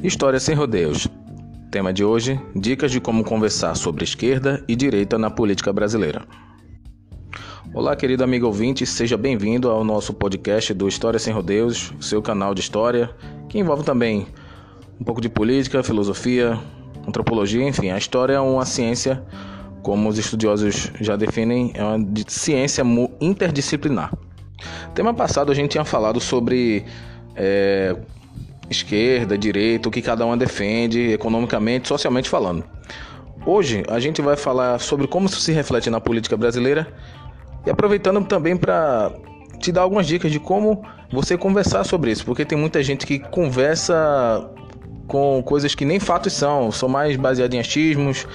História sem rodeios. Tema de hoje: dicas de como conversar sobre esquerda e direita na política brasileira. Olá, querido amigo ouvinte, seja bem-vindo ao nosso podcast do História sem Rodeios, seu canal de história, que envolve também um pouco de política, filosofia, antropologia, enfim, a história é uma ciência, como os estudiosos já definem, é uma ciência interdisciplinar. Tema passado a gente tinha falado sobre esquerda, direita, o que cada uma defende, economicamente, socialmente falando. Hoje a gente vai falar sobre como isso se reflete na política brasileira e aproveitando também para te dar algumas dicas de como você conversar sobre isso, porque tem muita gente que conversa com coisas que nem fatos são mais baseadas em achismos,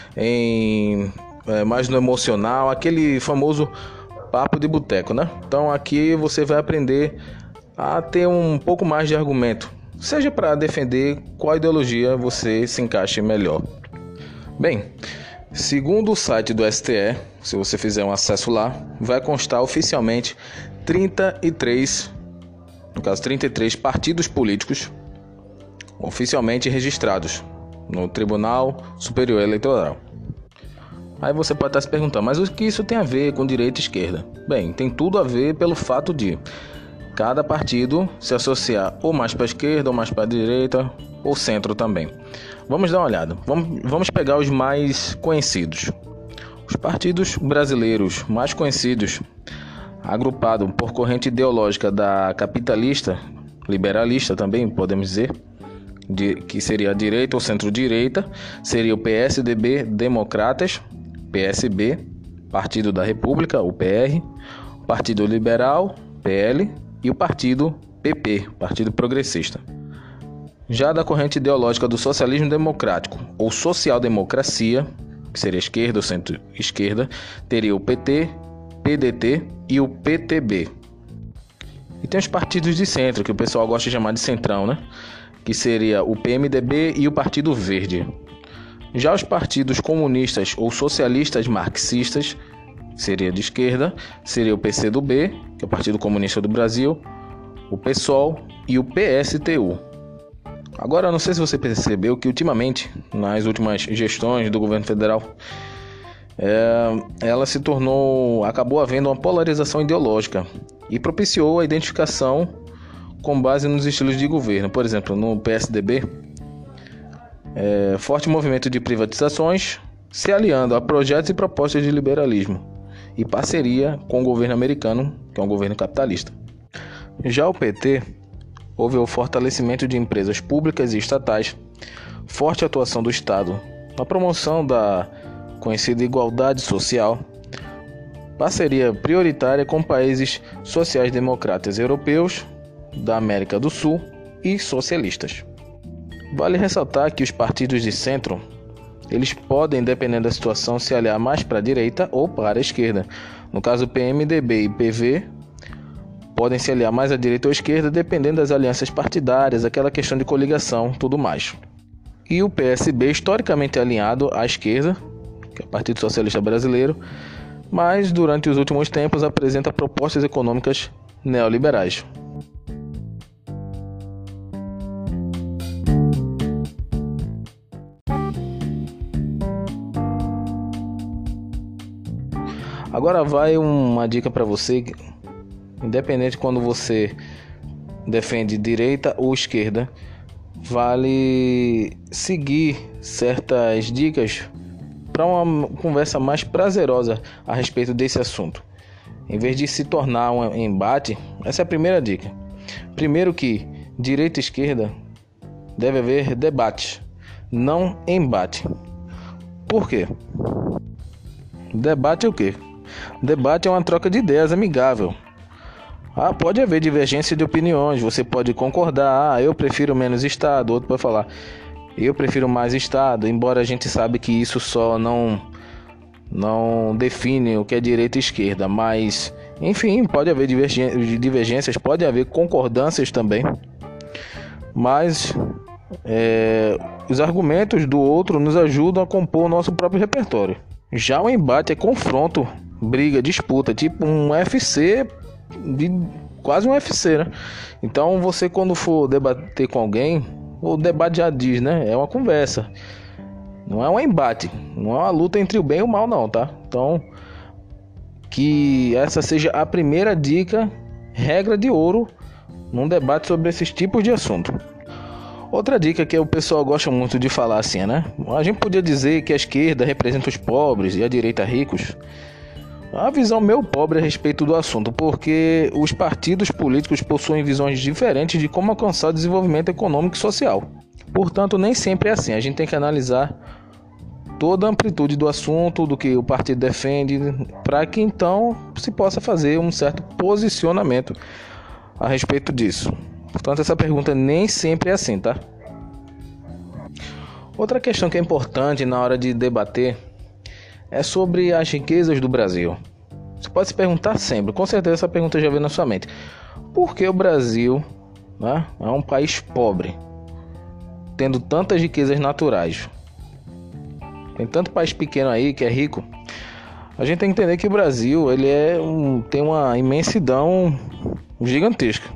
mais no emocional, aquele famoso papo de boteco, né? Então aqui você vai aprender a ter um pouco mais de argumento, seja para defender qual ideologia você se encaixe melhor. Bem, segundo o site do STE, se você fizer um acesso lá, vai constar oficialmente 33 partidos políticos oficialmente registrados no Tribunal Superior Eleitoral. Aí você pode estar se perguntando, mas o que isso tem a ver com direita e esquerda? Bem, tem tudo a ver pelo fato de cada partido se associar ou mais para a esquerda, ou mais para a direita, ou centro também. Vamos dar uma olhada. Vamos pegar os mais conhecidos. Os partidos brasileiros mais conhecidos, agrupados por corrente ideológica da capitalista, liberalista também, podemos dizer, que seria a direita ou centro-direita, seria o PSDB, Democratas, PSB, Partido da República, o PR, o Partido Liberal, PL, e o Partido PP, Partido Progressista. Já da corrente ideológica do socialismo democrático ou social-democracia, que seria esquerda ou centro-esquerda, teria o PT, PDT e o PTB. E tem os partidos de centro, que o pessoal gosta de chamar de centrão, né? Que seria o PMDB e o Partido Verde. Já os partidos comunistas ou socialistas marxistas, seria de esquerda, seria o PCdoB, que é o Partido Comunista do Brasil, o PSOL e o PSTU. Agora, não sei se você percebeu que ultimamente, nas últimas gestões do governo federal, acabou havendo uma polarização ideológica e propiciou a identificação com base nos estilos de governo. Por exemplo, no PSDB, forte movimento de privatizações, se aliando a projetos e propostas de liberalismo e parceria com o governo americano, que é um governo capitalista. Já o PT, houve o fortalecimento de empresas públicas e estatais, forte atuação do Estado na promoção da conhecida igualdade social, parceria prioritária com países sociais-democratas europeus, da América do Sul e socialistas. Vale ressaltar que os partidos de centro, eles podem, dependendo da situação, se aliar mais para a direita ou para a esquerda. No caso, PMDB e PV podem se aliar mais à direita ou à esquerda, dependendo das alianças partidárias, aquela questão de coligação, tudo mais. E o PSB, historicamente alinhado à esquerda, que é o Partido Socialista Brasileiro, mas durante os últimos tempos apresenta propostas econômicas neoliberais. Agora vai uma dica para você, independente quando você defende direita ou esquerda, vale seguir certas dicas para uma conversa mais prazerosa a respeito desse assunto. Em vez de se tornar um embate, essa é a primeira dica. Primeiro que direita e esquerda deve haver debate, não embate. Por quê? Debate é o quê? Debate é uma troca de ideias amigável. Pode haver divergência de opiniões, você pode concordar, eu prefiro menos Estado, outro pode falar, eu prefiro mais Estado, embora a gente sabe que isso só não define o que é direita e esquerda, mas, enfim, pode haver divergências, pode haver concordâncias também, mas os argumentos do outro nos ajudam a compor o nosso próprio repertório. Já o embate é confronto, briga, disputa, tipo um UFC, quase um UFC, né? Então você, quando for debater com alguém, o debate já diz, né? É uma conversa. Não é um embate, não é uma luta entre o bem e o mal, não, tá? Então, que essa seja a primeira dica, regra de ouro, num debate sobre esses tipos de assunto. Outra dica que o pessoal gosta muito de falar assim, né? A gente podia dizer que a esquerda representa os pobres e a direita ricos. A visão meio pobre a respeito do assunto, porque os partidos políticos possuem visões diferentes de como alcançar o desenvolvimento econômico e social. Portanto, nem sempre é assim. A gente tem que analisar toda a amplitude do assunto, do que o partido defende, para que então se possa fazer um certo posicionamento a respeito disso. Portanto, essa pergunta nem sempre é assim, tá? Outra questão que é importante na hora de debater é sobre as riquezas do Brasil. Você pode se perguntar sempre, com certeza essa pergunta já veio na sua mente. Por que o Brasil, né, é um país pobre, tendo tantas riquezas naturais? Tem tanto país pequeno aí que é rico. A gente tem que entender que o Brasil ele tem uma imensidão gigantesca.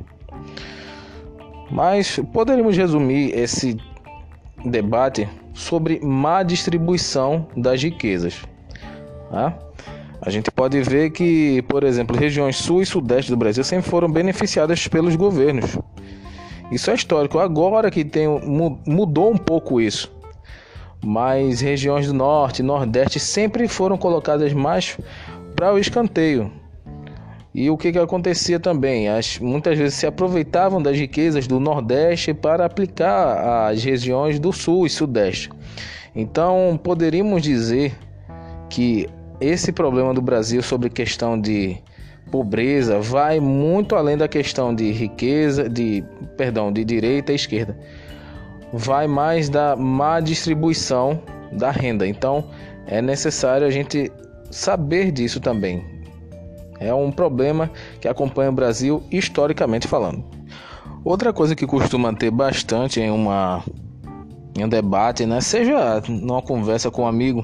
Mas poderíamos resumir esse debate sobre má distribuição das riquezas, tá? A gente pode ver que, por exemplo, regiões sul e sudeste do Brasil sempre foram beneficiadas pelos governos. Isso é histórico. Agora que mudou um pouco isso. Mas regiões do norte e nordeste sempre foram colocadas mais para o escanteio. E o que acontecia também? Muitas vezes se aproveitavam das riquezas do Nordeste para aplicar às regiões do Sul e Sudeste. Então, poderíamos dizer que esse problema do Brasil sobre questão de pobreza vai muito além da questão de riqueza, de direita e esquerda. Vai mais da má distribuição da renda. Então, é necessário a gente saber disso também. É um problema que acompanha o Brasil historicamente falando. Outra coisa que costuma ter bastante em um debate, né? Seja numa conversa com um amigo,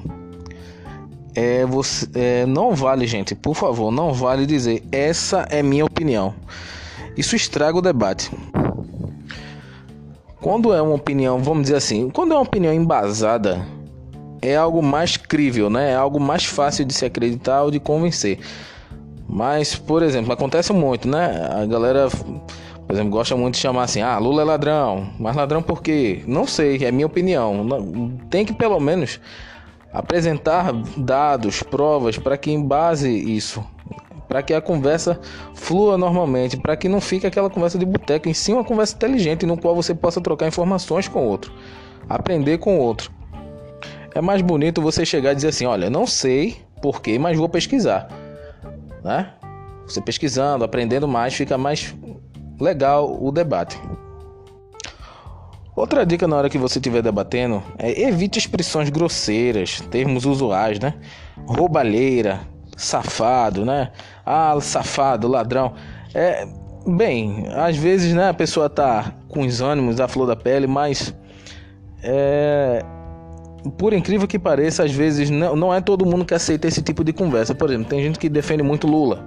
não vale, gente, por favor, não vale dizer essa é minha opinião. Isso estraga o debate. Quando é uma opinião, vamos dizer assim, quando é uma opinião embasada, é algo mais crível, né? É algo mais fácil de se acreditar ou de convencer. Mas, por exemplo, acontece muito, né? A galera, por exemplo, gosta muito de chamar assim: ah, Lula é ladrão. Mas ladrão por quê? Não sei, é minha opinião. Tem que pelo menos apresentar dados, provas, para que embase isso, para que a conversa flua normalmente, para que não fique aquela conversa de boteco, em si uma conversa inteligente, no qual você possa trocar informações com o outro, aprender com o outro. É mais bonito você chegar e dizer assim: olha, não sei por quê, mas vou pesquisar. Né? Você pesquisando, aprendendo mais, fica mais legal o debate. Outra dica na hora que você estiver debatendo é evite expressões grosseiras, termos usuais, né? Roubalheira, safado, né? Ah, safado, ladrão. Bem, às vezes, né, a pessoa tá com os ânimos à flor da pele, mas por incrível que pareça, às vezes não é todo mundo que aceita esse tipo de conversa. Por exemplo, tem gente que defende muito Lula,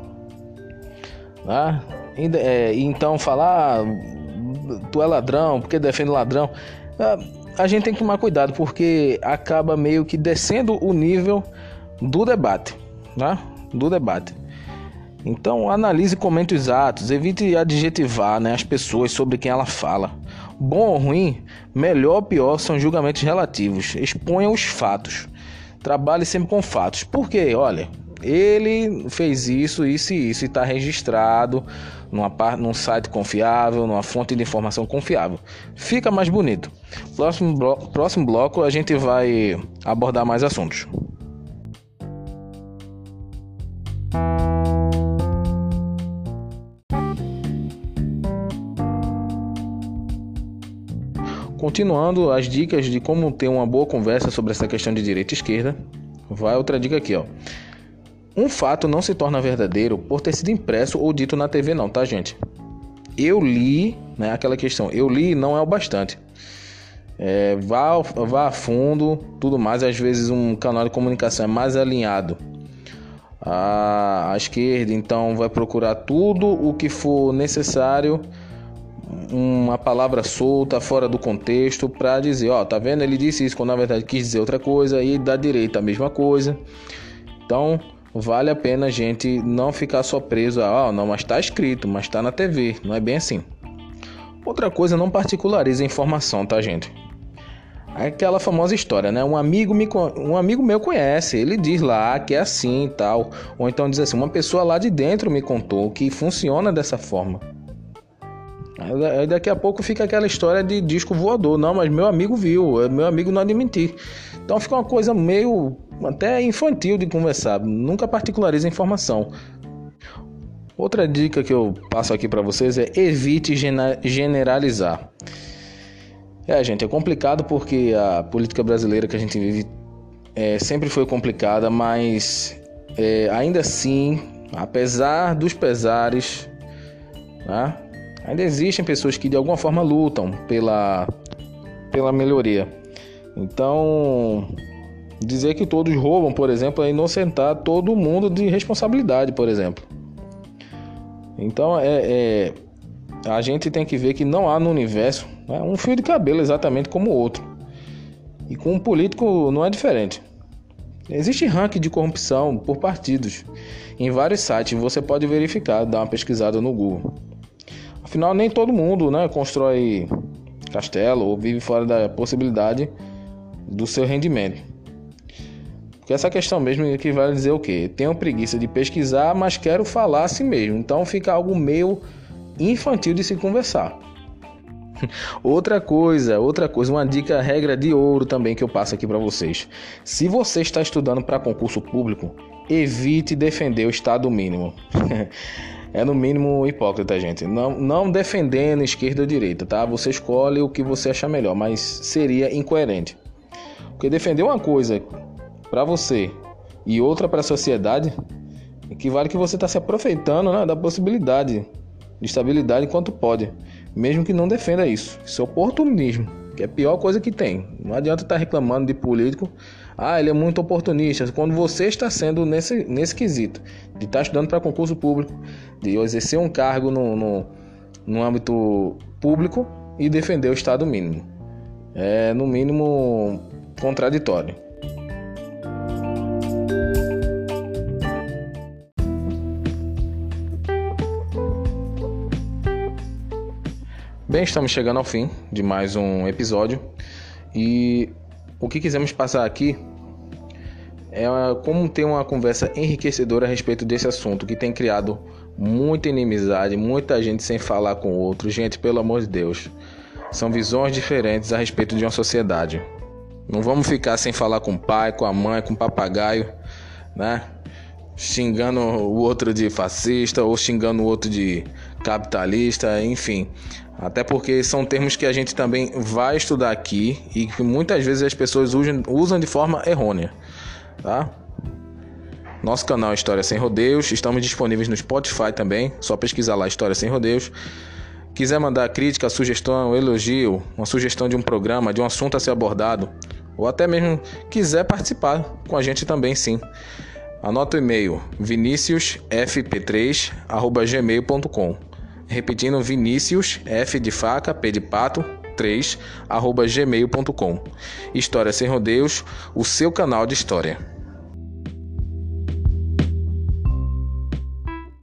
né? Então falar tu é ladrão, porque defende ladrão, a gente tem que tomar cuidado, porque acaba meio que descendo o nível do debate, né? Do debate. Então analise e comente os atos, evite adjetivar, né, as pessoas sobre quem ela fala. Bom ou ruim, melhor ou pior, são julgamentos relativos. Exponha os fatos. Trabalhe sempre com fatos. Por quê? Olha, ele fez isso e está registrado num site confiável, numa fonte de informação confiável. Fica mais bonito. Próximo bloco a gente vai abordar mais assuntos. Continuando as dicas de como ter uma boa conversa sobre essa questão de direita e esquerda, vai outra dica aqui, ó. Um fato não se torna verdadeiro por ter sido impresso ou dito na TV, não, tá, gente? Eu li, né? Aquela questão, eu li não é o bastante. Vá a fundo, tudo mais. Às vezes um canal de comunicação é mais alinhado à esquerda, então vai procurar tudo o que for necessário uma palavra solta, fora do contexto, para dizer, tá vendo? Ele disse isso quando na verdade quis dizer outra coisa, e da direita a mesma coisa. Então, vale a pena a gente não ficar só preso a, não, mas está escrito, mas está na TV, não é bem assim. Outra coisa, não particularize a informação, tá, gente? Aquela famosa história, né? Um amigo meu conhece, ele diz lá que é assim e tal. Ou então diz assim, uma pessoa lá de dentro me contou que funciona dessa forma. Aí daqui a pouco fica aquela história de disco voador. Não, mas meu amigo viu, meu amigo não admitiu. Então fica uma coisa meio até infantil de conversar. Nunca particularize a informação. Outra dica que eu passo aqui para vocês é evite generalizar. Gente, é complicado porque a política brasileira que a gente vive sempre foi complicada, mas ainda assim, apesar dos pesares, né, ainda existem pessoas que de alguma forma lutam pela melhoria. Então, dizer que todos roubam, por exemplo, é inocentar todo mundo de responsabilidade, por exemplo. Então, a gente tem que ver que não há no universo, né, um fio de cabelo exatamente como o outro. E com um político não é diferente. Existe ranking de corrupção por partidos. Em vários sites você pode verificar, dar uma pesquisada no Google. Afinal, nem todo mundo, né, constrói castelo ou vive fora da possibilidade do seu rendimento. Porque essa questão mesmo equivale a dizer o quê? Tenho preguiça de pesquisar, mas quero falar assim mesmo. Então fica algo meio infantil de se conversar. Outra coisa, uma dica, regra de ouro também que eu passo aqui para vocês. Se você está estudando para concurso público, evite defender o estado mínimo. É no mínimo hipócrita, gente. Não defendendo esquerda ou direita, tá? Você escolhe o que você achar melhor, mas seria incoerente. Porque defender uma coisa para você e outra para a sociedade equivale que você está se aproveitando, né, da possibilidade de estabilidade enquanto pode, mesmo que não defenda isso. Isso é oportunismo, que é a pior coisa que tem. Não adianta estar reclamando de político, ele é muito oportunista, quando você está sendo nesse quesito, de estar estudando para concurso público, de exercer um cargo no âmbito público e defender o estado mínimo. É, no mínimo, contraditório. Bem, estamos chegando ao fim de mais um episódio e o que quisemos passar aqui é como ter uma conversa enriquecedora a respeito desse assunto que tem criado muita inimizade, muita gente sem falar com o outro. Gente, pelo amor de Deus, são visões diferentes a respeito de uma sociedade. Não vamos ficar sem falar com o pai, com a mãe, com o papagaio, né? Xingando o outro de fascista ou xingando o outro de capitalista, enfim. Até porque são termos que a gente também vai estudar aqui e que muitas vezes as pessoas usam de forma errônea, tá? Nosso canal é História Sem Rodeios, estamos disponíveis no Spotify também, só pesquisar lá História Sem Rodeios. Quiser mandar crítica, sugestão, elogio, uma sugestão de um programa, de um assunto a ser abordado, ou até mesmo quiser participar com a gente também, sim. Anota o e-mail viniciusfp3@gmail.com. Repetindo, Vinícius, F de faca, P de pato, 3, @gmail.com. História Sem Rodeios, o seu canal de história.